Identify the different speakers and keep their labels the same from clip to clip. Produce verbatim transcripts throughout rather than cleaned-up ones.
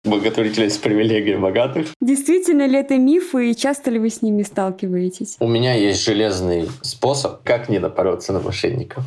Speaker 1: Благотворительность – привилегия богатых.
Speaker 2: Действительно ли это мифы и часто ли вы с ними сталкиваетесь?
Speaker 1: У меня есть железный способ, как не напороться на мошенников.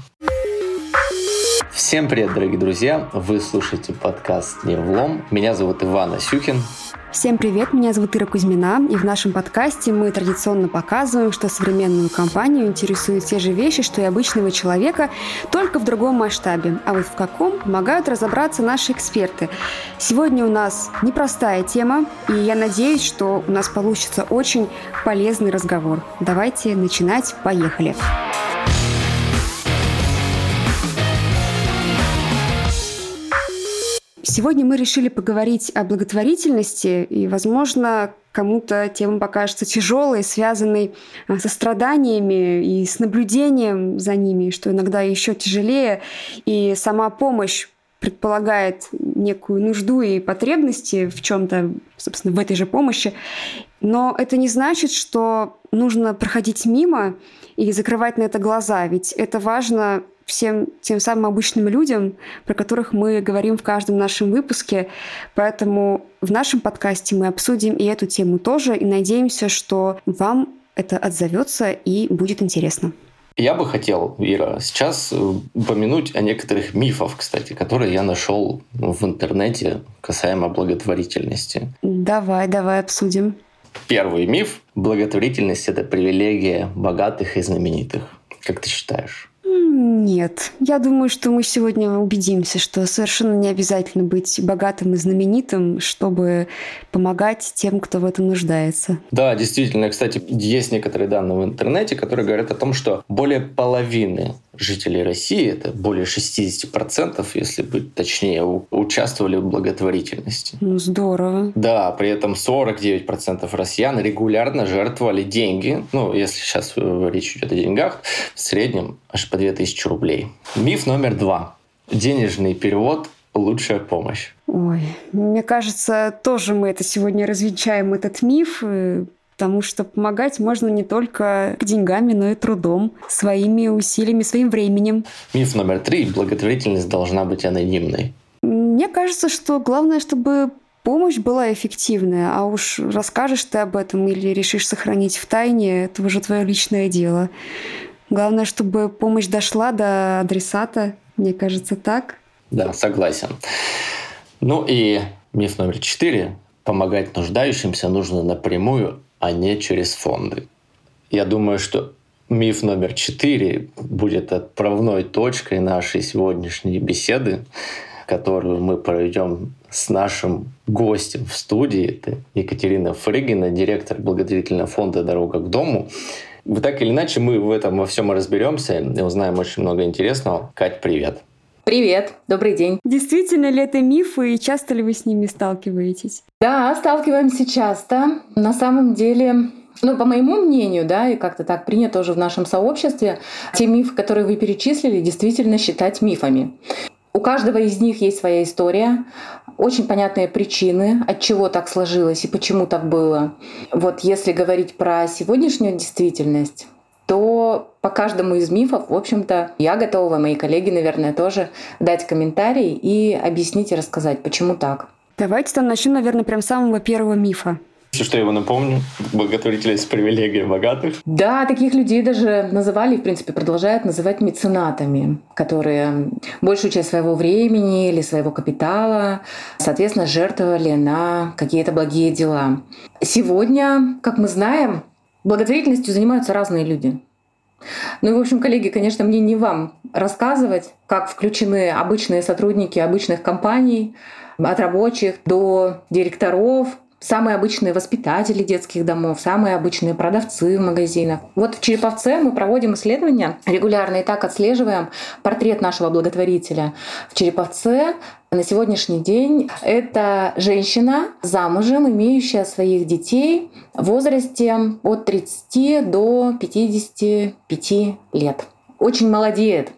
Speaker 1: Всем привет, дорогие друзья! Вы слушаете подкаст «Не влом». Меня зовут Иван Асюхин.
Speaker 2: Всем привет, меня зовут Ира Кузьмина, и в нашем подкасте мы традиционно показываем, что современную компанию интересуют те же вещи, что и обычного человека, только в другом масштабе. А вот в каком, помогают разобраться наши эксперты. Сегодня у нас непростая тема, и я надеюсь, что у нас получится очень полезный разговор. Давайте начинать, поехали! Сегодня мы решили поговорить о благотворительности, и, возможно, кому-то тема покажется тяжелой, связанной со страданиями и с наблюдением за ними, что иногда еще тяжелее, и сама помощь предполагает некую нужду и потребности в чем-то, собственно, в этой же помощи. Но это не значит, что нужно проходить мимо и закрывать на это глаза, ведь это важно всем тем самым обычным людям, про которых мы говорим в каждом нашем выпуске. Поэтому в нашем подкасте мы обсудим и эту тему тоже, и надеемся, что вам это отзовется и будет интересно.
Speaker 1: Я бы хотел, Ира, сейчас упомянуть о некоторых мифах, кстати, которые я нашел в интернете касаемо благотворительности.
Speaker 2: Давай, давай обсудим.
Speaker 1: Первый миф – благотворительность – это привилегия богатых и знаменитых. Как ты считаешь?
Speaker 2: Нет. Я думаю, что мы сегодня убедимся, что совершенно не обязательно быть богатым и знаменитым, чтобы помогать тем, кто в этом нуждается.
Speaker 1: Да, действительно. Кстати, есть некоторые данные в интернете, которые говорят о том, что более половины жителей России, это более шестьдесят процентов, если быть точнее, участвовали в благотворительности.
Speaker 2: Ну, здорово.
Speaker 1: Да, при этом сорок девять процентов россиян регулярно жертвовали деньги. Ну, если сейчас речь идет о деньгах, в среднем аж по две тысячи рублей. Миф номер два. Денежный перевод – лучшая помощь.
Speaker 2: Ой, мне кажется, тоже мы это сегодня развенчаем, этот миф, потому что помогать можно не только деньгами, но и трудом, своими усилиями, своим временем.
Speaker 1: Миф номер три. Благотворительность должна быть анонимной.
Speaker 2: Мне кажется, что главное, чтобы помощь была эффективная, а уж расскажешь ты об этом или решишь сохранить в тайне, это уже твое личное дело. Главное, чтобы помощь дошла до адресата, мне кажется, так.
Speaker 1: Да, согласен. Ну и миф номер четыре. Помогать нуждающимся нужно напрямую, а не через фонды. Я думаю, что миф номер четыре будет отправной точкой нашей сегодняшней беседы, которую мы проведем с нашим гостем в студии. Это Екатерина Фрыгина, директор благотворительного фонда «Дорога к дому». Так или иначе, мы в этом во всем и разберемся и узнаем очень много интересного. Кать, привет.
Speaker 3: Привет, добрый день.
Speaker 2: Действительно ли это мифы и часто ли вы с ними сталкиваетесь?
Speaker 3: Да, сталкиваемся часто. На самом деле, ну, по моему мнению, да, и как-то так принято тоже в нашем сообществе, те мифы, которые вы перечислили, действительно считать мифами. У каждого из них есть своя история, очень понятные причины, от чего так сложилось и почему так было. Вот если говорить про сегодняшнюю действительность, то по каждому из мифов, в общем-то, я готова, мои коллеги, наверное, тоже дать комментарий и объяснить и рассказать, почему так.
Speaker 2: Давайте там начнем, наверное, прям с самого первого мифа.
Speaker 1: Все, что я его напомню, благотворительность – привилегия богатых.
Speaker 3: Да, таких людей даже называли, в принципе, продолжают называть меценатами, которые большую часть своего времени или своего капитала, соответственно, жертвовали на какие-то благие дела. Сегодня, как мы знаем, благотворительностью занимаются разные люди. Ну и, в общем, коллеги, конечно, мне не вам рассказывать, как включены обычные сотрудники обычных компаний, от рабочих до директоров, самые обычные воспитатели детских домов, самые обычные продавцы в магазинах. Вот в Череповце мы проводим исследования регулярно и так отслеживаем портрет нашего благотворителя. В Череповце на сегодняшний день это женщина замужем, имеющая своих детей в возрасте от тридцати до пятидесяти пяти лет. Очень молодеет.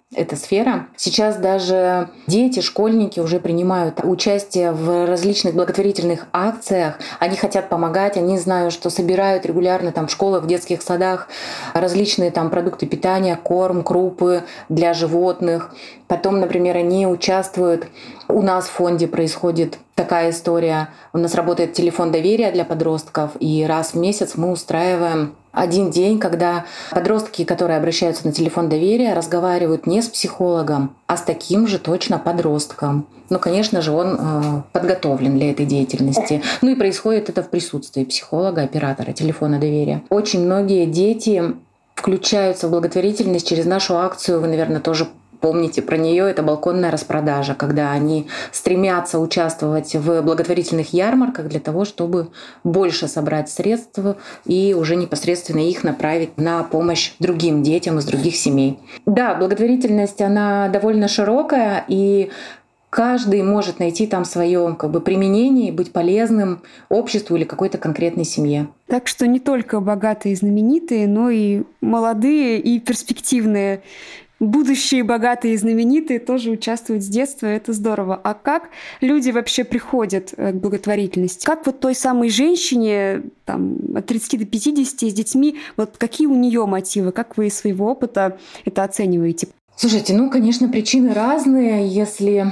Speaker 3: эта сфера. Сейчас даже дети, школьники уже принимают участие в различных благотворительных акциях. Они хотят помогать, они знают, что собирают регулярно там в школах, в детских садах различные там продукты питания, корм, крупы для животных. Потом, например, они участвуют. У нас в фонде происходит такая история. У нас работает телефон доверия для подростков, и раз в месяц мы устраиваем один день, когда подростки, которые обращаются на телефон доверия, разговаривают не с психологом, а с таким же точно подростком. Ну, конечно же, он э, подготовлен для этой деятельности. Ну и происходит это в присутствии психолога, оператора телефона доверия. Очень многие дети включаются в благотворительность через нашу акцию. Вы, наверное, тоже помните про нее, это балконная распродажа, когда они стремятся участвовать в благотворительных ярмарках для того, чтобы больше собрать средств и уже непосредственно их направить на помощь другим детям из других семей. Да, благотворительность, она довольно широкая, и каждый может найти там свое как бы, применение и быть полезным обществу или какой-то конкретной семье.
Speaker 2: Так что не только богатые и знаменитые, но и молодые и перспективные будущие богатые и знаменитые тоже участвуют с детства, и это здорово. А как люди вообще приходят к благотворительности? Как вот той самой женщине там, от тридцати до пятидесяти с детьми, вот какие у нее мотивы? Как вы из своего опыта это оцениваете?
Speaker 3: Слушайте, ну, конечно, причины разные. Если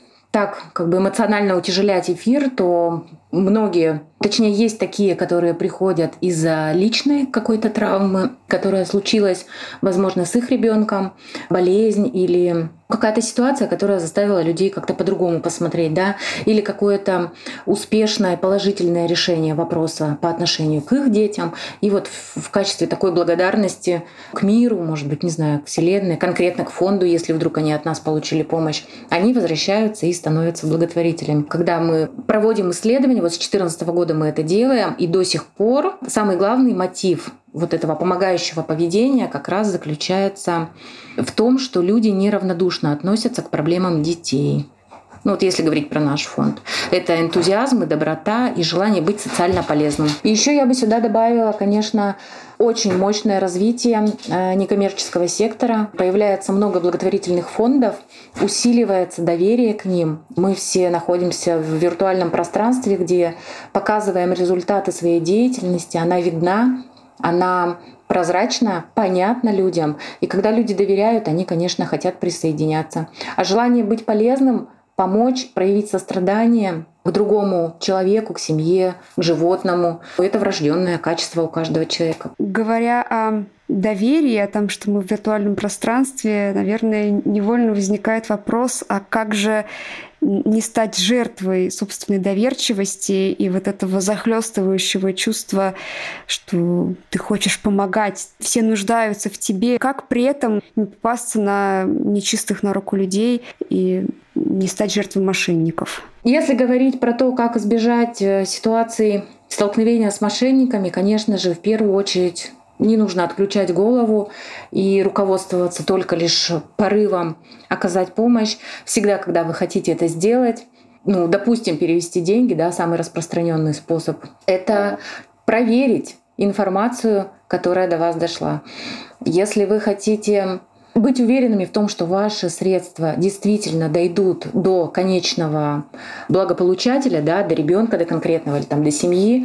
Speaker 3: так как бы эмоционально утяжелять эфир, то многие, точнее, есть такие, которые приходят из-за личной какой-то травмы, которая случилась, возможно, с их ребенком, болезнь или какая-то ситуация, которая заставила людей как-то по-другому посмотреть, да, или какое-то успешное, положительное решение вопроса по отношению к их детям. И вот в качестве такой благодарности к миру, может быть, не знаю, к Вселенной, конкретно к фонду, если вдруг они от нас получили помощь, они возвращаются и становятся благотворителями. Когда мы проводим исследования, вот с две тысячи четырнадцатого года мы это делаем, и до сих пор самый главный мотив вот этого помогающего поведения как раз заключается в том, что люди неравнодушно относятся к проблемам детей. Ну вот если говорить про наш фонд. Это энтузиазм и доброта, и желание быть социально полезным. И еще я бы сюда добавила, конечно, очень мощное развитие некоммерческого сектора. Появляется много благотворительных фондов, усиливается доверие к ним. Мы все находимся в виртуальном пространстве, где показываем результаты своей деятельности, она видна, она прозрачна, понятна людям. И когда люди доверяют, они, конечно, хотят присоединяться. А желание быть полезным, помочь, проявить сострадание к другому человеку, к семье, к животному. Это врожденное качество у каждого человека.
Speaker 2: Говоря о доверии, о том, что мы в виртуальном пространстве, наверное, невольно возникает вопрос, а как же не стать жертвой собственной доверчивости и вот этого захлестывающего чувства, что ты хочешь помогать, все нуждаются в тебе. Как при этом не попасться на нечистых на руку людей и не стать жертвой мошенников?
Speaker 3: Если говорить про то, как избежать ситуации столкновения с мошенниками, конечно же, в первую очередь не нужно отключать голову и руководствоваться только лишь порывом оказать помощь. Всегда, когда вы хотите это сделать, ну, допустим, перевести деньги, да, самый распространенный способ, это проверить информацию, которая до вас дошла. Если вы хотите быть уверенными в том, что ваши средства действительно дойдут до конечного благополучателя, да, до ребенка, до конкретного или там, до семьи,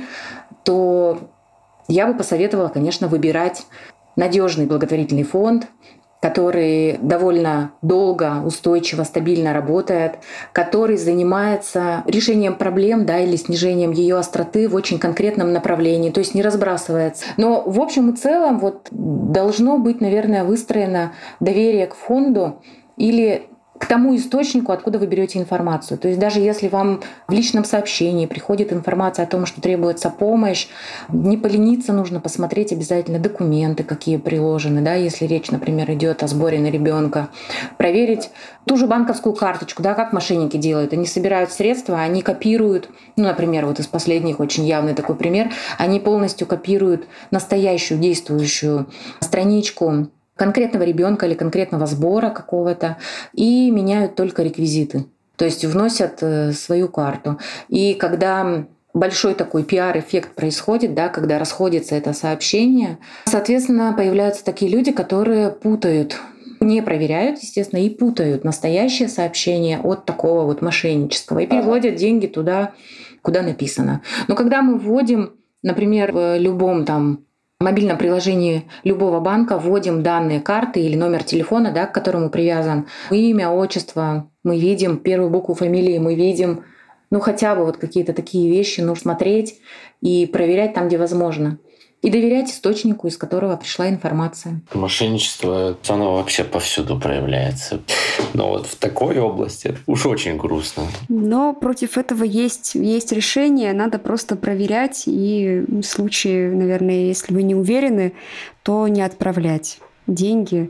Speaker 3: то я бы посоветовала, конечно, выбирать надежный благотворительный фонд, который довольно долго, устойчиво, стабильно работает, который занимается решением проблем, да, или снижением ее остроты в очень конкретном направлении, то есть не разбрасывается. Но в общем и целом вот должно быть, наверное, выстроено доверие к фонду или к тому источнику, откуда вы берете информацию. То есть даже если вам в личном сообщении приходит информация о том, что требуется помощь, не полениться, нужно посмотреть обязательно документы, какие приложены, да, если речь, например, идет о сборе на ребенка, проверить ту же банковскую карточку, да, как мошенники делают. Они собирают средства, они копируют, ну, например, вот из последних очень явный такой пример, они полностью копируют настоящую действующую страничку конкретного ребенка или конкретного сбора какого-то и меняют только реквизиты. То есть вносят свою карту. И когда большой такой пиар-эффект происходит, да, когда расходится это сообщение, соответственно, появляются такие люди, которые путают не проверяют, естественно, и путают настоящее сообщение от такого вот мошеннического и переводят деньги туда, куда написано. Но когда мы вводим, например, в любом там мобильном приложении любого банка, вводим данные карты или номер телефона, да, к которому привязан имя, отчество, мы видим первую букву фамилии, мы видим, ну хотя бы вот какие-то такие вещи, нужно смотреть и проверять там, где возможно. И доверять источнику, из которого пришла информация.
Speaker 1: Мошенничество, оно вообще повсюду проявляется. Но вот в такой области это уж очень грустно.
Speaker 2: Но против этого есть, есть решение. Надо просто проверять. И в случае, наверное, если вы не уверены, то не отправлять деньги.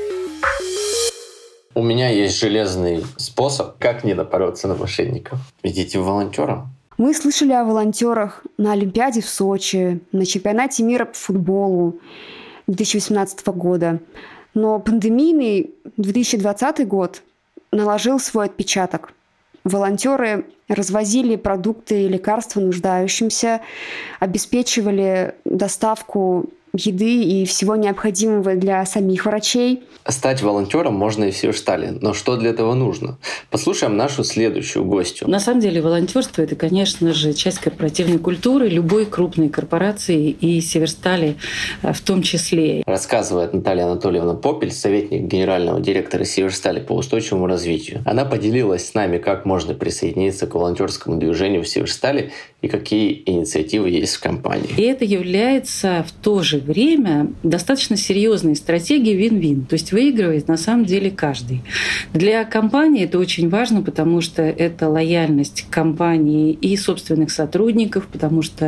Speaker 1: У меня есть железный способ, как не напороться на мошенников. Идите волонтером.
Speaker 2: Мы слышали о волонтерах на Олимпиаде в Сочи, на чемпионате мира по футболу две тысячи восемнадцатого года. Но пандемийный две тысячи двадцатый год наложил свой отпечаток. Волонтеры развозили продукты и лекарства нуждающимся, обеспечивали доставку еды и всего необходимого для самих врачей.
Speaker 1: Стать волонтером можно и в Северстале, но что для этого нужно? Послушаем нашу следующую гостью.
Speaker 4: На самом деле волонтерство — это, конечно же, часть корпоративной культуры любой крупной корпорации и Северстали в том числе.
Speaker 1: Рассказывает Наталья Анатольевна Попель, советник генерального директора Северстали по устойчивому развитию. Она поделилась с нами, как можно присоединиться к волонтерскому движению в Северстали и какие инициативы есть в компании.
Speaker 4: И это является в то же время достаточно серьезной стратегией вин-вин. То есть выигрывает на самом деле каждый. Для компании это очень важно, потому что это лояльность компании и собственных сотрудников, потому что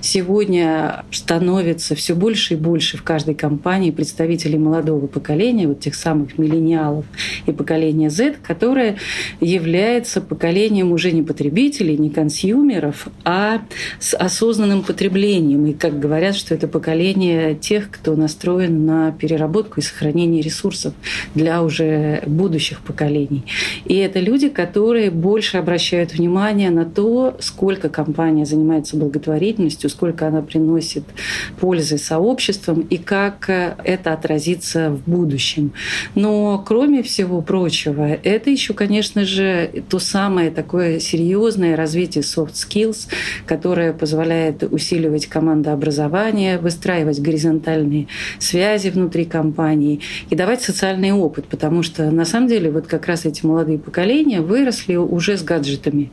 Speaker 4: сегодня становится все больше и больше в каждой компании представителей молодого поколения, вот тех самых миллениалов и поколения Z, которое является поколением уже не потребителей, не консюмеров, а с осознанным потреблением. И как говорят, что это поколение тех, кто настроен на переработку и сохранение ресурсов для уже будущих поколений. И это люди, которые больше обращают внимание на то, сколько компания занимается благотворительностью, сколько она приносит пользы сообществам и как это отразится в будущем. Но кроме всего прочего, это еще, конечно же, то самое такое серьезное развитие soft skills, которое позволяет усиливать командообразование, выстраивать горизонтальные связи внутри компании и давать социальный опыт, потому что на самом деле вот как раз эти молодые поколения выросли уже с гаджетами.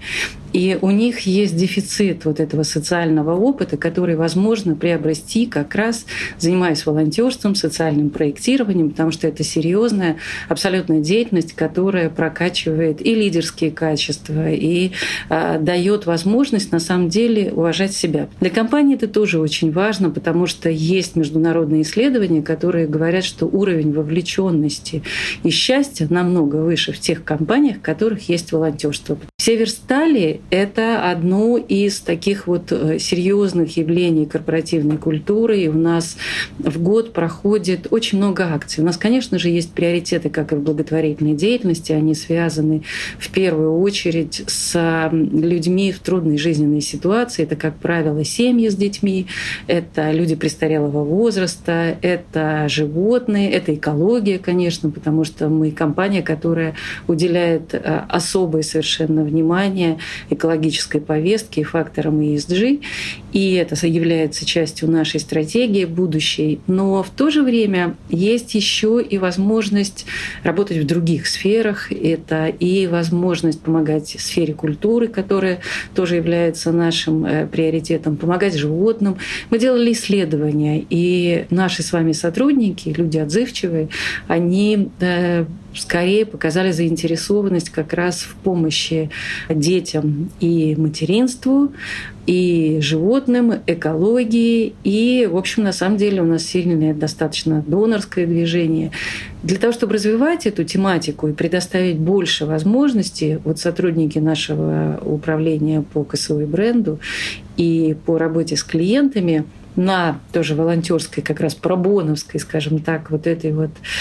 Speaker 4: И у них есть дефицит вот этого социального опыта, который возможно приобрести как раз занимаясь волонтерством, социальным проектированием, потому что это серьезная абсолютная деятельность, которая прокачивает и лидерские качества, и э, дает возможность на самом деле уважать себя. Для компании это тоже очень важно, потому что есть международные исследования, которые говорят, что уровень вовлеченности и счастья намного выше в тех компаниях, в которых есть волонтерство. В Северстали это одно из таких вот серьезных явлений корпоративной культуры. И у нас в год проходит очень много акций. У нас, конечно же, есть приоритеты, как и в благотворительной деятельности. Они связаны в первую очередь с людьми в трудной жизненной ситуации. Это, как правило, семьи с детьми, это люди престарелого возраста, это животные, это экология, конечно, потому что мы компания, которая уделяет особое совершенно внимание экологической повестке и факторам и эс джи, и это является частью нашей стратегии будущей. Но в то же время есть еще и возможность работать в других сферах. Это и возможность помогать в сфере культуры, которая тоже является нашим приоритетом, помогать животным. Мы делали исследования, и наши с вами сотрудники, люди отзывчивые, они скорее показали заинтересованность как раз в помощи детям и материнству, и животным, экологии. И, в общем, на самом деле у нас сильное достаточно донорское движение. Для того, чтобы развивать эту тематику и предоставить больше возможностей, вот сотрудники нашего управления по ка эс о и бренду и по работе с клиентами на тоже волонтерской, как раз пробоновской, скажем так, вот этой вот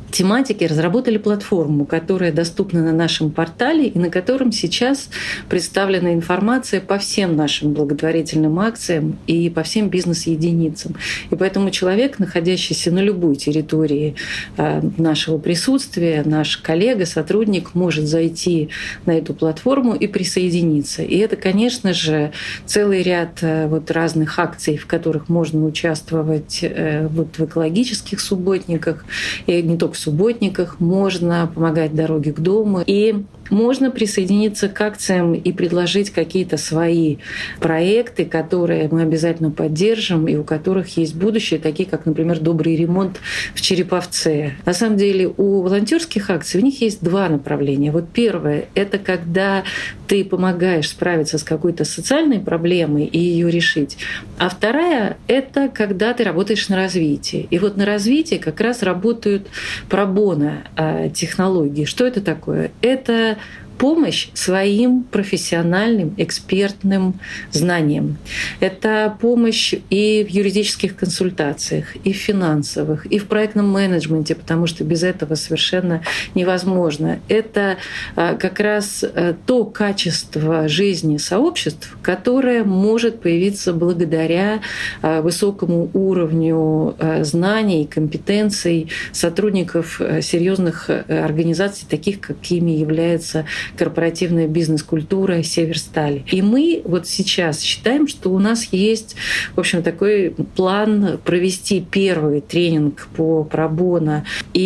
Speaker 4: тематики разработали платформу, которая доступна на нашем портале и на котором сейчас представлена информация по всем нашим благотворительным акциям и по всем бизнес-единицам. И поэтому человек, находящийся на любой территории нашего присутствия, наш коллега, сотрудник может зайти на эту платформу и присоединиться. И это, конечно же, целый ряд вот разных акций, в которых можно участвовать вот в экологических субботниках, и не только в субботниках, можно помогать дороге к дому. И можно присоединиться к акциям и предложить какие-то свои проекты, которые мы обязательно поддержим и у которых есть будущее, такие как, например, «Добрый ремонт» в Череповце. На самом деле у волонтерских акций у них есть два направления. Вот первое — это когда ты помогаешь справиться с какой-то социальной проблемой и ее решить. А вторая — это когда ты работаешь на развитии. И вот на развитии как раз работают пробона технологии. Что это такое? Это помощь своим профессиональным, экспертным знаниям. Это помощь и в юридических консультациях, и в финансовых, и в проектном менеджменте, потому что без этого совершенно невозможно. Это как раз то качество жизни сообществ, которое может появиться благодаря высокому уровню знаний, компетенций сотрудников серьезных организаций, таких, какими является корпоративная бизнес-культура Северстали. И мы вот сейчас считаем, что у нас есть, в общем, такой план провести первый тренинг по пробоно.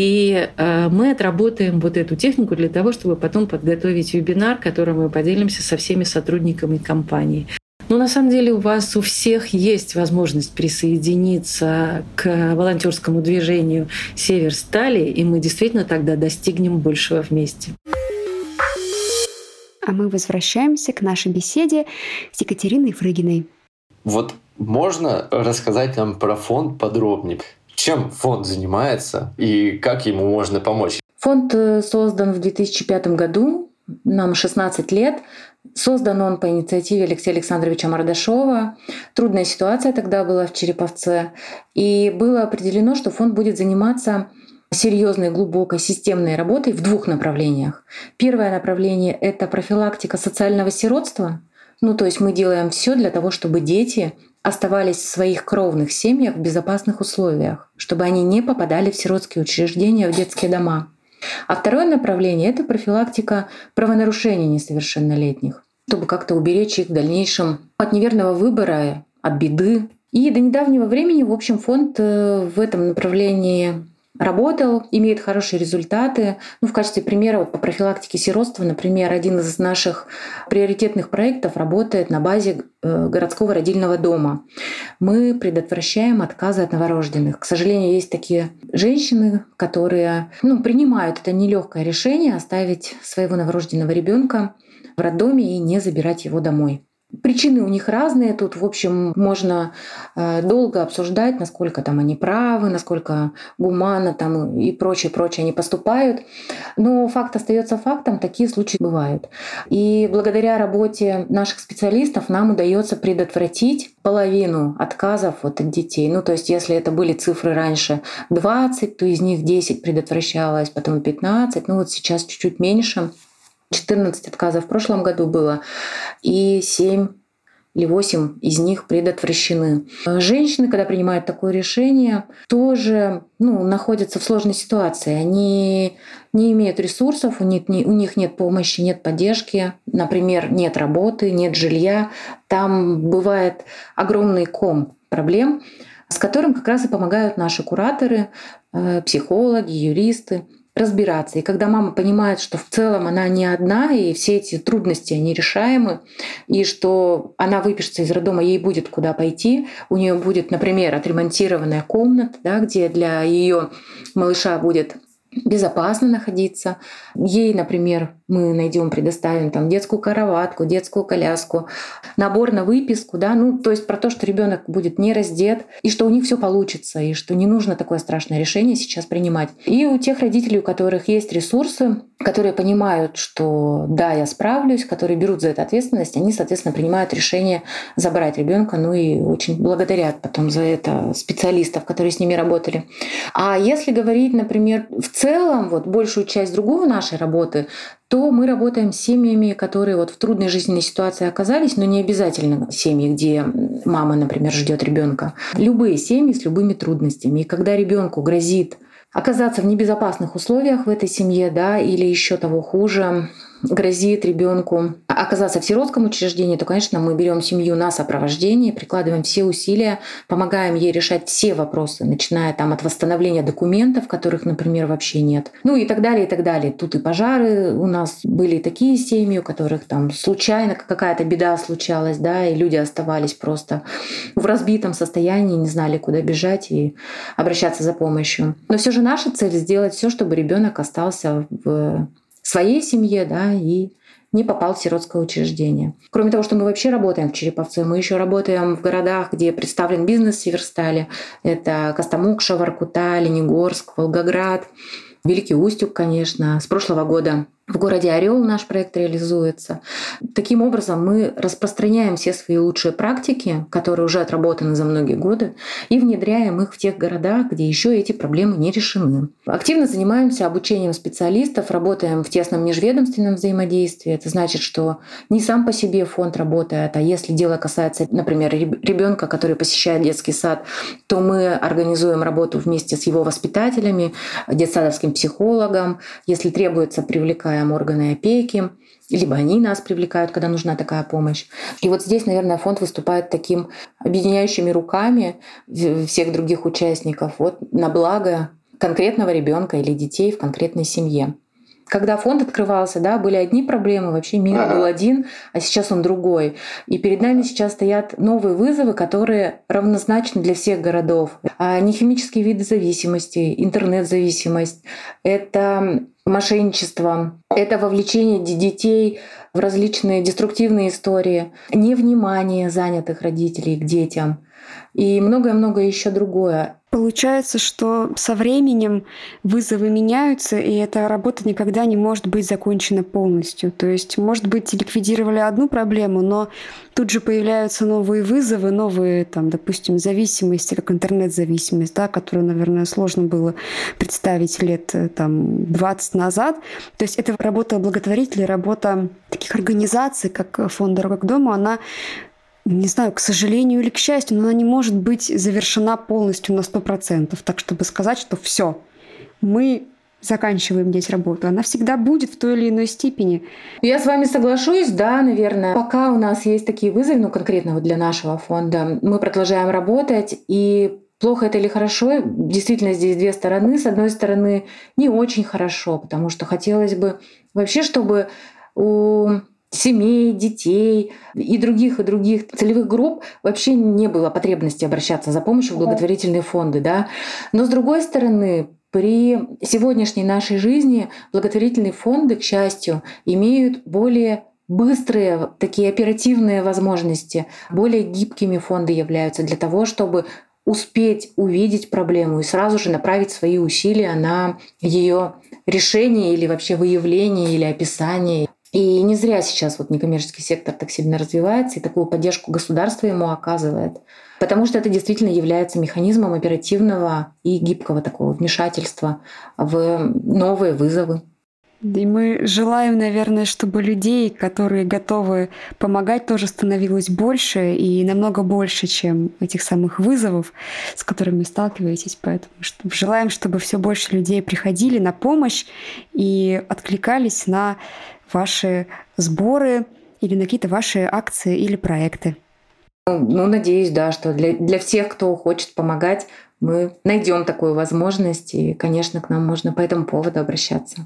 Speaker 4: И мы отработаем вот эту технику для того, чтобы потом подготовить вебинар, которым мы поделимся со всеми сотрудниками компании. Но на самом деле у вас у всех есть возможность присоединиться к волонтерскому движению Северстали, и мы действительно тогда достигнем большего вместе.
Speaker 2: А мы возвращаемся к нашей беседе с Екатериной Фрыгиной.
Speaker 1: Вот можно рассказать нам про фонд подробнее? Чем фонд занимается и как ему можно помочь?
Speaker 3: Фонд создан в две тысячи пятом году, нам шестнадцать лет. Создан он по инициативе Алексея Александровича Мордашова. Трудная ситуация тогда была в Череповце. И было определено, что фонд будет заниматься серьезной, глубокой, системной работой в двух направлениях. Первое направление — это профилактика социального сиротства. Ну, то есть мы делаем все для того, чтобы дети оставались в своих кровных семьях в безопасных условиях, чтобы они не попадали в сиротские учреждения, в детские дома. А второе направление — это профилактика правонарушений несовершеннолетних, чтобы как-то уберечь их в дальнейшем от неверного выбора, от беды. И до недавнего времени, в общем, фонд в этом направлении работал, имеет хорошие результаты. Ну, в качестве примера вот по профилактике сиротства, например, один из наших приоритетных проектов работает на базе городского родильного дома. Мы предотвращаем отказы от новорожденных. К сожалению, есть такие женщины, которые ну, принимают это нелегкое решение оставить своего новорожденного ребенка в роддоме и не забирать его домой. Причины у них разные. Тут, в общем, можно долго обсуждать, насколько там они правы, насколько гуманно там и прочее, прочее они поступают. Но факт остается фактом, такие случаи бывают. И благодаря работе наших специалистов нам удается предотвратить половину отказов вот от детей. Ну, то есть, если это были цифры раньше двадцать, то из них десять предотвращалось, потом пятнадцать, ну вот сейчас чуть-чуть меньше. четырнадцать отказов в прошлом году было, и семь или восемь из них предотвращены. Женщины, когда принимают такое решение, тоже ну, находятся в сложной ситуации. Они не имеют ресурсов, у них, у них нет помощи, нет поддержки. Например, нет работы, нет жилья. Там бывает огромный ком проблем, с которым как раз и помогают наши кураторы, психологи, юристы разбираться. И когда мама понимает, что в целом она не одна, и все эти трудности, они решаемы, и что она выпишется из роддома, ей будет куда пойти, у нее будет, например, отремонтированная комната, да, где для ее малыша будет безопасно находиться. Ей, например, мы найдем, предоставим там детскую кроватку, детскую коляску, набор на выписку, да, ну, то есть про то, что ребенок будет не раздет, и что у них все получится, и что не нужно такое страшное решение сейчас принимать. И у тех родителей, у которых есть ресурсы, которые понимают, что да, я справлюсь, которые берут за это ответственность, они, соответственно, принимают решение забрать ребенка, ну и очень благодарят потом за это специалистов, которые с ними работали. А если говорить, например, в целом, вот большую часть другого нашей работы, то мы работаем с семьями, которые вот в трудной жизненной ситуации оказались, но не обязательно семьи, где мама, например, ждет ребенка. Любые семьи с любыми трудностями. И когда ребенку грозит оказаться в небезопасных условиях в этой семье, да, или еще того хуже, грозит ребенку оказаться в сиротском учреждении, то, конечно, мы берем семью на сопровождение, прикладываем все усилия, помогаем ей решать все вопросы, начиная там от восстановления документов, которых, например, вообще нет, ну и так далее, и так далее. Тут и пожары у нас были такие семьи, у которых там случайно какая-то беда случалась, да, и люди оставались просто в разбитом состоянии, не знали, куда бежать и обращаться за помощью. Но все же наша цель сделать все, чтобы ребенок остался в своей семье, да, и не попал в сиротское учреждение. Кроме того, что мы вообще работаем в Череповце, мы еще работаем в городах, где представлен бизнес Северстали. Это Костомукша, Воркута, Ленигорск, Волгоград, Великий Устюг, конечно. С прошлого года в городе Орел наш проект реализуется. Таким образом, мы распространяем все свои лучшие практики, которые уже отработаны за многие годы, и внедряем их в тех городах, где еще эти проблемы не решены. Активно занимаемся обучением специалистов, работаем в тесном межведомственном взаимодействии. Это значит, что не сам по себе фонд работает, а если дело касается, например, ребенка, который посещает детский сад, то мы организуем работу вместе с его воспитателями, детсадовским психологом. Если требуется, привлекаем органы опеки, либо они нас привлекают, когда нужна такая помощь. И вот здесь, наверное, фонд выступает таким объединяющими руками всех других участников вот на благо конкретного ребенка или детей в конкретной семье. Когда фонд открывался, да, были одни проблемы, вообще мир был один, а сейчас он другой. И перед нами сейчас стоят новые вызовы, которые равнозначны для всех городов. А не химические виды зависимости, интернет-зависимость, это мошенничество, это вовлечение детей в различные деструктивные истории, невнимание занятых родителей к детям и многое-многое еще другое.
Speaker 2: Получается, что со временем вызовы меняются, и эта работа никогда не может быть закончена полностью. То есть, может быть, ликвидировали одну проблему, но тут же появляются новые вызовы, новые, там, допустим, зависимости, как интернет-зависимость, да, которую, наверное, сложно было представить лет там, двадцать назад. То есть это работа благотворителей, работа таких организаций, как фонд «Дорога к дому», она, не знаю, к сожалению или к счастью, но она не может быть завершена полностью на сто процентов, так чтобы сказать, что все, мы заканчиваем здесь работу. Она всегда будет в той или иной степени.
Speaker 3: Я с вами соглашусь, да, наверное. Пока у нас есть такие вызовы, ну, конкретно вот для нашего фонда, мы продолжаем работать, и плохо это или хорошо, действительно здесь две стороны. С одной стороны, не очень хорошо, потому что хотелось бы вообще, чтобы у семей, детей и других, и других целевых групп вообще не было потребности обращаться за помощью в благотворительные фонды. Да? Но с другой стороны, при сегодняшней нашей жизни благотворительные фонды, к счастью, имеют более быстрые, такие оперативные возможности, более гибкими фонды являются для того, чтобы успеть увидеть проблему и сразу же направить свои усилия на ее решение или вообще выявление или описание. И не зря сейчас вот некоммерческий сектор так сильно развивается и такую поддержку государство ему оказывает. Потому что это действительно является механизмом оперативного и гибкого такого вмешательства в новые вызовы.
Speaker 2: И мы желаем, наверное, чтобы людей, которые готовы помогать, тоже становилось больше и намного больше, чем этих самых вызовов, с которыми сталкиваетесь. Поэтому желаем, чтобы все больше людей приходили на помощь и откликались на ваши сборы или на какие-то ваши акции или проекты.
Speaker 3: Ну, надеюсь, да, что для, для всех, кто хочет помогать, мы найдем такую возможность, и, конечно, к нам можно по этому поводу обращаться.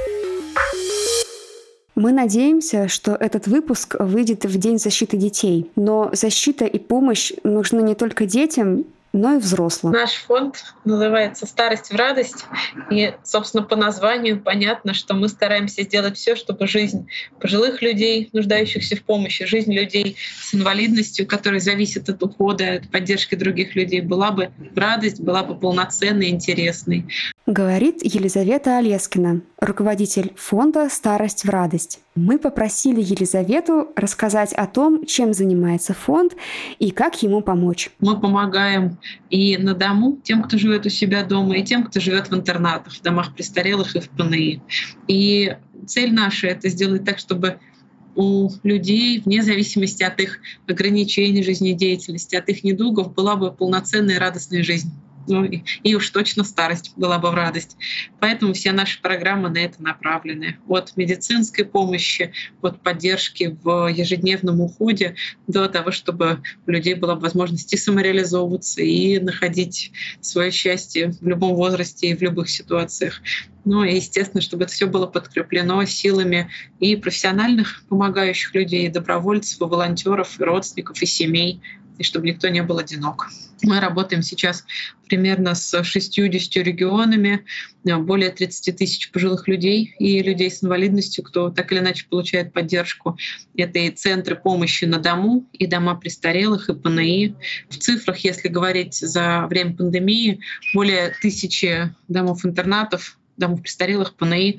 Speaker 2: Мы надеемся, что этот выпуск выйдет в День защиты детей. Но защита и помощь нужны не только детям, но и взрослым.
Speaker 5: Наш фонд называется «Старость в радость». И, собственно, по названию понятно, что мы стараемся сделать все, чтобы жизнь пожилых людей, нуждающихся в помощи, жизнь людей с инвалидностью, которые зависят от ухода, от поддержки других людей, была бы в радость, была бы полноценной и интересной.
Speaker 2: Говорит Елизавета Олескина, руководитель фонда «Старость в радость». Мы попросили Елизавету рассказать о том, чем занимается фонд и как ему помочь.
Speaker 5: Мы помогаем и на дому тем, кто живет у себя дома, и тем, кто живет в интернатах, в домах престарелых и в ПНИ. И цель наша — это сделать так, чтобы у людей, вне зависимости от их ограничений жизнедеятельности, от их недугов, была бы полноценная и радостная жизнь. Ну, и, и уж точно старость была бы в радость. Поэтому все наши программы на это направлены. От медицинской помощи, от поддержки в ежедневном уходе до того, чтобы у людей была возможность и самореализовываться, и находить свое счастье в любом возрасте и в любых ситуациях. Ну и, естественно, чтобы это все было подкреплено силами и профессиональных помогающих людей, и добровольцев, и волонтеров, и родственников, и семей, и чтобы никто не был одинок. Мы работаем сейчас примерно с шестьюдесятью регионами, более тридцати тысяч пожилых людей и людей с инвалидностью, кто так или иначе получает поддержку. Это и центры помощи на дому, и дома престарелых, и ПНИ. В цифрах, если говорить за время пандемии, более тысячи домов-интернатов, домов престарелых, ПНИ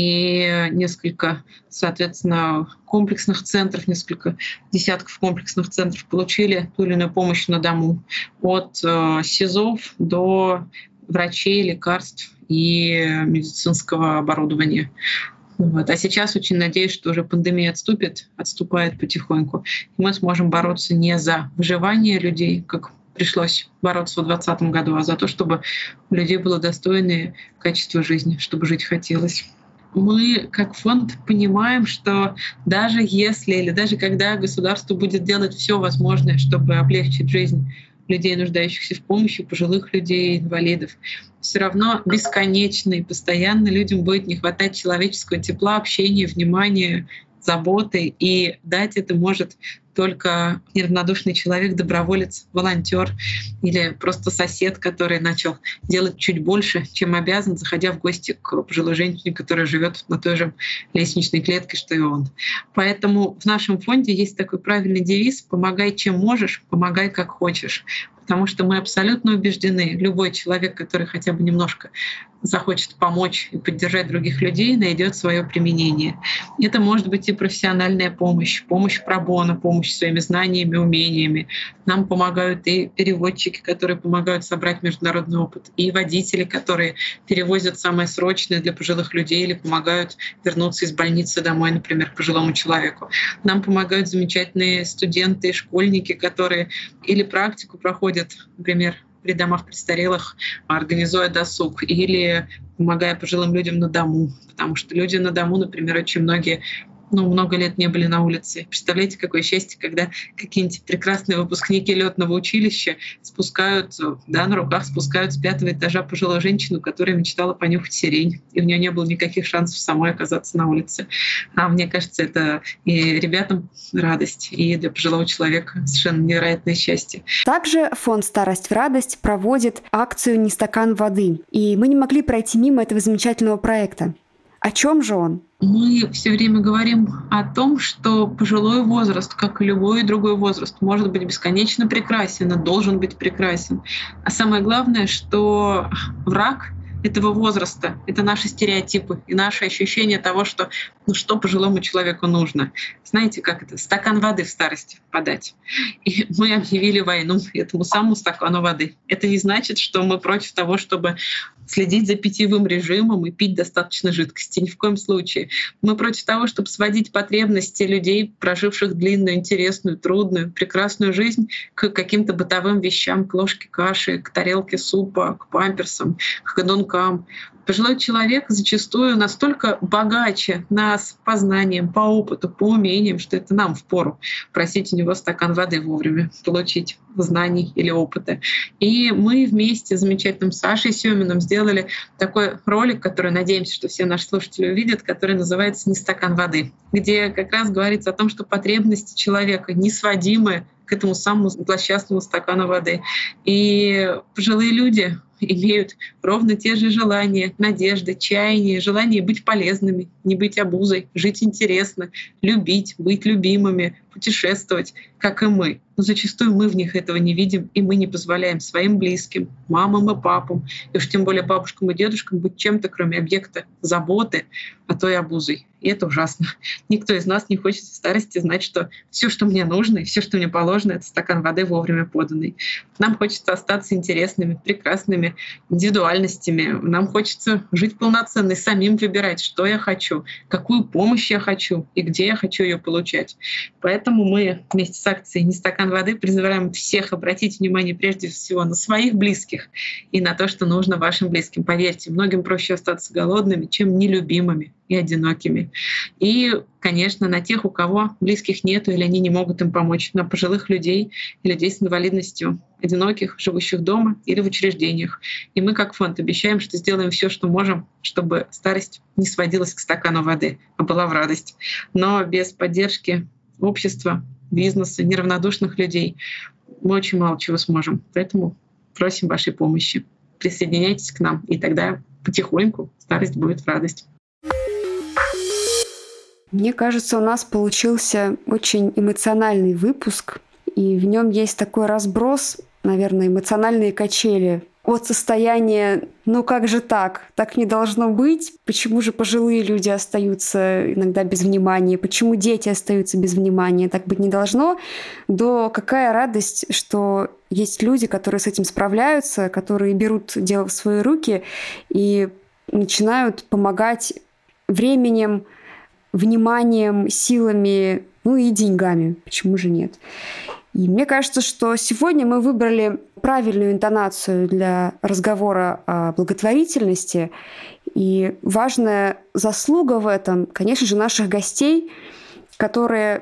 Speaker 5: и несколько, соответственно, комплексных центров, несколько десятков комплексных центров получили ту или иную помощь на дому. От СИЗОВ до врачей, лекарств и медицинского оборудования. Вот. А сейчас очень надеюсь, что уже пандемия отступит, отступает потихоньку. И мы сможем бороться не за выживание людей, как пришлось бороться в двадцатом году, а за то, чтобы у людей было достойное качество жизни, чтобы жить хотелось. Мы, как фонд, понимаем, что даже если или даже когда государство будет делать все возможное, чтобы облегчить жизнь людей, нуждающихся в помощи, пожилых людей, инвалидов, все равно бесконечно и постоянно людям будет не хватать человеческого тепла, общения, внимания, заботы, и дать это может только неравнодушный человек, доброволец, волонтер или просто сосед, который начал делать чуть больше, чем обязан, заходя в гости к пожилой женщине, которая живет на той же лестничной клетке, что и он. Поэтому в нашем фонде есть такой правильный девиз: «Помогай, чем можешь, помогай, как хочешь». Потому что мы абсолютно убеждены, любой человек, который хотя бы немножко захочет помочь и поддержать других людей, найдет свое применение. Это может быть и профессиональная помощь, помощь пробона, помощь своими знаниями, умениями. Нам помогают и переводчики, которые помогают собрать международный опыт, и водители, которые перевозят самое срочное для пожилых людей или помогают вернуться из больницы домой, например, пожилому человеку. Нам помогают замечательные студенты и школьники, которые или практику проходят, например, при домах престарелых, организуя досуг, или помогая пожилым людям на дому. Потому что люди на дому, например, очень многие ну, много лет не были на улице. Представляете, какое счастье, когда какие-нибудь прекрасные выпускники летного училища спускают, да, на руках спускают с пятого этажа пожилую женщину, которая мечтала понюхать сирень, и у нее не было никаких шансов самой оказаться на улице. А мне кажется, это и ребятам радость, и для пожилого человека совершенно невероятное счастье.
Speaker 2: Также фонд «Старость в радость» проводит акцию «Не стакан воды», и мы не могли пройти мимо этого замечательного проекта. О чем же он?
Speaker 5: Мы все время говорим о том, что пожилой возраст, как и любой другой возраст, может быть бесконечно прекрасен, и должен быть прекрасен. А самое главное, что враг этого возраста — это наши стереотипы и наши ощущения того, что ну что пожилому человеку нужно. Знаете, как это? Стакан воды в старости подать. И мы объявили войну этому самому стакану воды. Это не значит, что мы против того, чтобы следить за питьевым режимом и пить достаточно жидкости. Ни в коем случае. Мы против того, чтобы сводить потребности людей, проживших длинную, интересную, трудную, прекрасную жизнь, к каким-то бытовым вещам, к ложке каши, к тарелке супа, к памперсам, к ходункам. Пожилой человек зачастую настолько богаче нас по знаниям, по опыту, по умениям, что это нам впору просить у него стакан воды вовремя, получить знаний или опыта. И мы вместе с замечательным Сашей Сёминым сделали такой ролик, который, надеемся, что все наши слушатели увидят, который называется «Не стакан воды», где как раз говорится о том, что потребности человека несводимы к этому самому злосчастному стакану воды. И пожилые люди имеют ровно те же желания, надежды, чаяния, желание быть полезными, не быть обузой, жить интересно, любить, быть любимыми, путешествовать, как и мы. Но зачастую мы в них этого не видим, и мы не позволяем своим близким, мамам и папам, и уж тем более бабушкам и дедушкам быть чем-то, кроме объекта заботы, а то и обузой. И это ужасно. Никто из нас не хочет в старости знать, что все, что мне нужно, и все, что мне положено, это стакан воды вовремя поданный. Нам хочется остаться интересными, прекрасными индивидуальностями. Нам хочется жить полноценно и самим выбирать, что я хочу, какую помощь я хочу и где я хочу ее получать. Поэтому мы вместе с акцией «Не стакан воды» призываем всех обратить внимание прежде всего на своих близких и на то, что нужно вашим близким. Поверьте, многим проще остаться голодными, чем нелюбимыми и одинокими. И, конечно, на тех, у кого близких нету или они не могут им помочь, на пожилых людей и людей с инвалидностью, одиноких, живущих дома или в учреждениях. И мы, как фонд, обещаем, что сделаем все, что можем, чтобы старость не сводилась к стакану воды, а была в радость. Но без поддержки общества, бизнеса, неравнодушных людей мы очень мало чего сможем. Поэтому просим вашей помощи. Присоединяйтесь к нам, и тогда потихоньку старость будет в радость.
Speaker 2: Мне кажется, у нас получился очень эмоциональный выпуск, и в нем есть такой разброс, наверное, эмоциональные качели от состояния «ну как же так? Так не должно быть? Почему же пожилые люди остаются иногда без внимания? Почему дети остаются без внимания? Так быть не должно», до «какая радость, что есть люди, которые с этим справляются, которые берут дело в свои руки и начинают помогать временем, вниманием, силами, ну и деньгами. Почему же нет? И мне кажется, что сегодня мы выбрали правильную интонацию для разговора о благотворительности. И важная заслуга в этом, конечно же, наших гостей, которые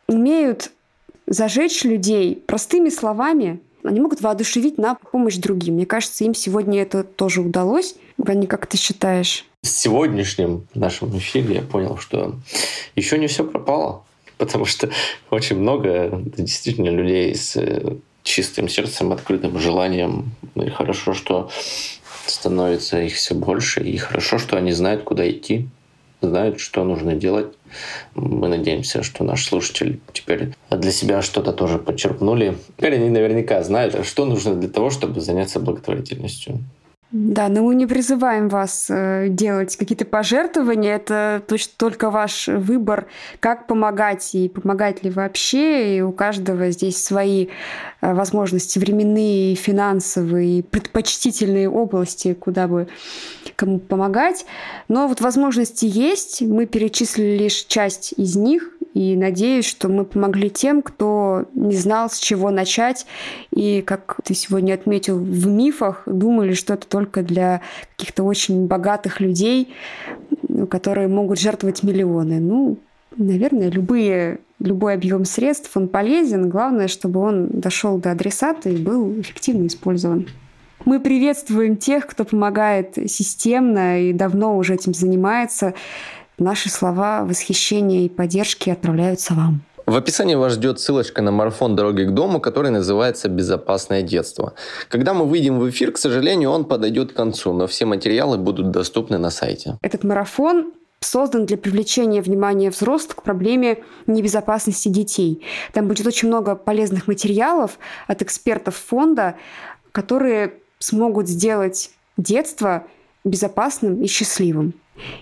Speaker 2: умеют зажечь людей простыми словами. Они могут воодушевить на помощь другим. Мне кажется, им сегодня это тоже удалось. Ваня, как ты считаешь?
Speaker 1: В сегодняшнем нашем эфире я понял, что еще не все пропало, потому что очень много действительно людей с чистым сердцем, открытым желанием. И хорошо, что становится их все больше, и хорошо, что они знают, куда идти, знают, что нужно делать. Мы надеемся, что наши слушатели теперь для себя что-то тоже подчеркнули. Теперь они наверняка знают, что нужно для того, чтобы заняться благотворительностью.
Speaker 2: Да, но мы не призываем вас делать какие-то пожертвования. Это точно только ваш выбор, как помогать и помогать ли вообще. И у каждого здесь свои возможности временные, финансовые, предпочтительные области, куда бы кому помогать. Но вот возможности есть. Мы перечислили лишь часть из них. И надеюсь, что мы помогли тем, кто не знал, с чего начать. И, как ты сегодня отметил, в мифах думали, что это только для каких-то очень богатых людей, которые могут жертвовать миллионы. Ну, наверное, любые, любой объем средств, он полезен. Главное, чтобы он дошел до адресата и был эффективно использован. Мы приветствуем тех, кто помогает системно и давно уже этим занимается. Наши слова восхищения и поддержки отправляются вам.
Speaker 1: В описании вас ждет ссылочка на марафон «Дороги к дому», который называется «Безопасное детство». Когда мы выйдем в эфир, к сожалению, он подойдет к концу, но все материалы будут доступны на сайте.
Speaker 2: Этот марафон создан для привлечения внимания взрослых к проблеме небезопасности детей. Там будет очень много полезных материалов от экспертов фонда, которые смогут сделать детство безопасным и счастливым.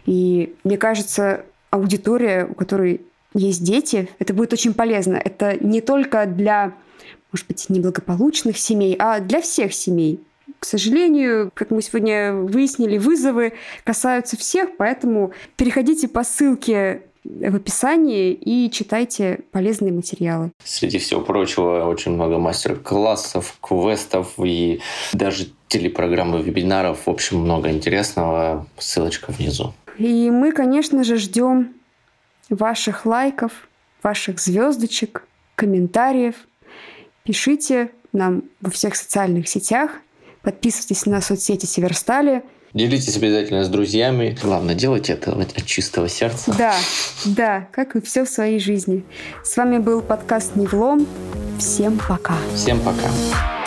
Speaker 2: И мне кажется, аудитория, у которой есть дети, это будет очень полезно. Это не только для, может быть, неблагополучных семей, а для всех семей. К сожалению, как мы сегодня выяснили, вызовы касаются всех, поэтому переходите по ссылке в описании и читайте полезные материалы.
Speaker 1: Среди всего прочего, очень много мастер-классов, квестов и даже телепрограммы, вебинаров. В общем, много интересного. Ссылочка внизу.
Speaker 2: И мы, конечно же, ждем ваших лайков, ваших звездочек, комментариев. Пишите нам во всех социальных сетях. Подписывайтесь на соцсети Северстали.
Speaker 1: Делитесь обязательно с друзьями. Главное, делайте это от чистого сердца.
Speaker 2: Да, да, как и все в своей жизни. С вами был подкаст «Невлом». Всем пока.
Speaker 1: Всем пока.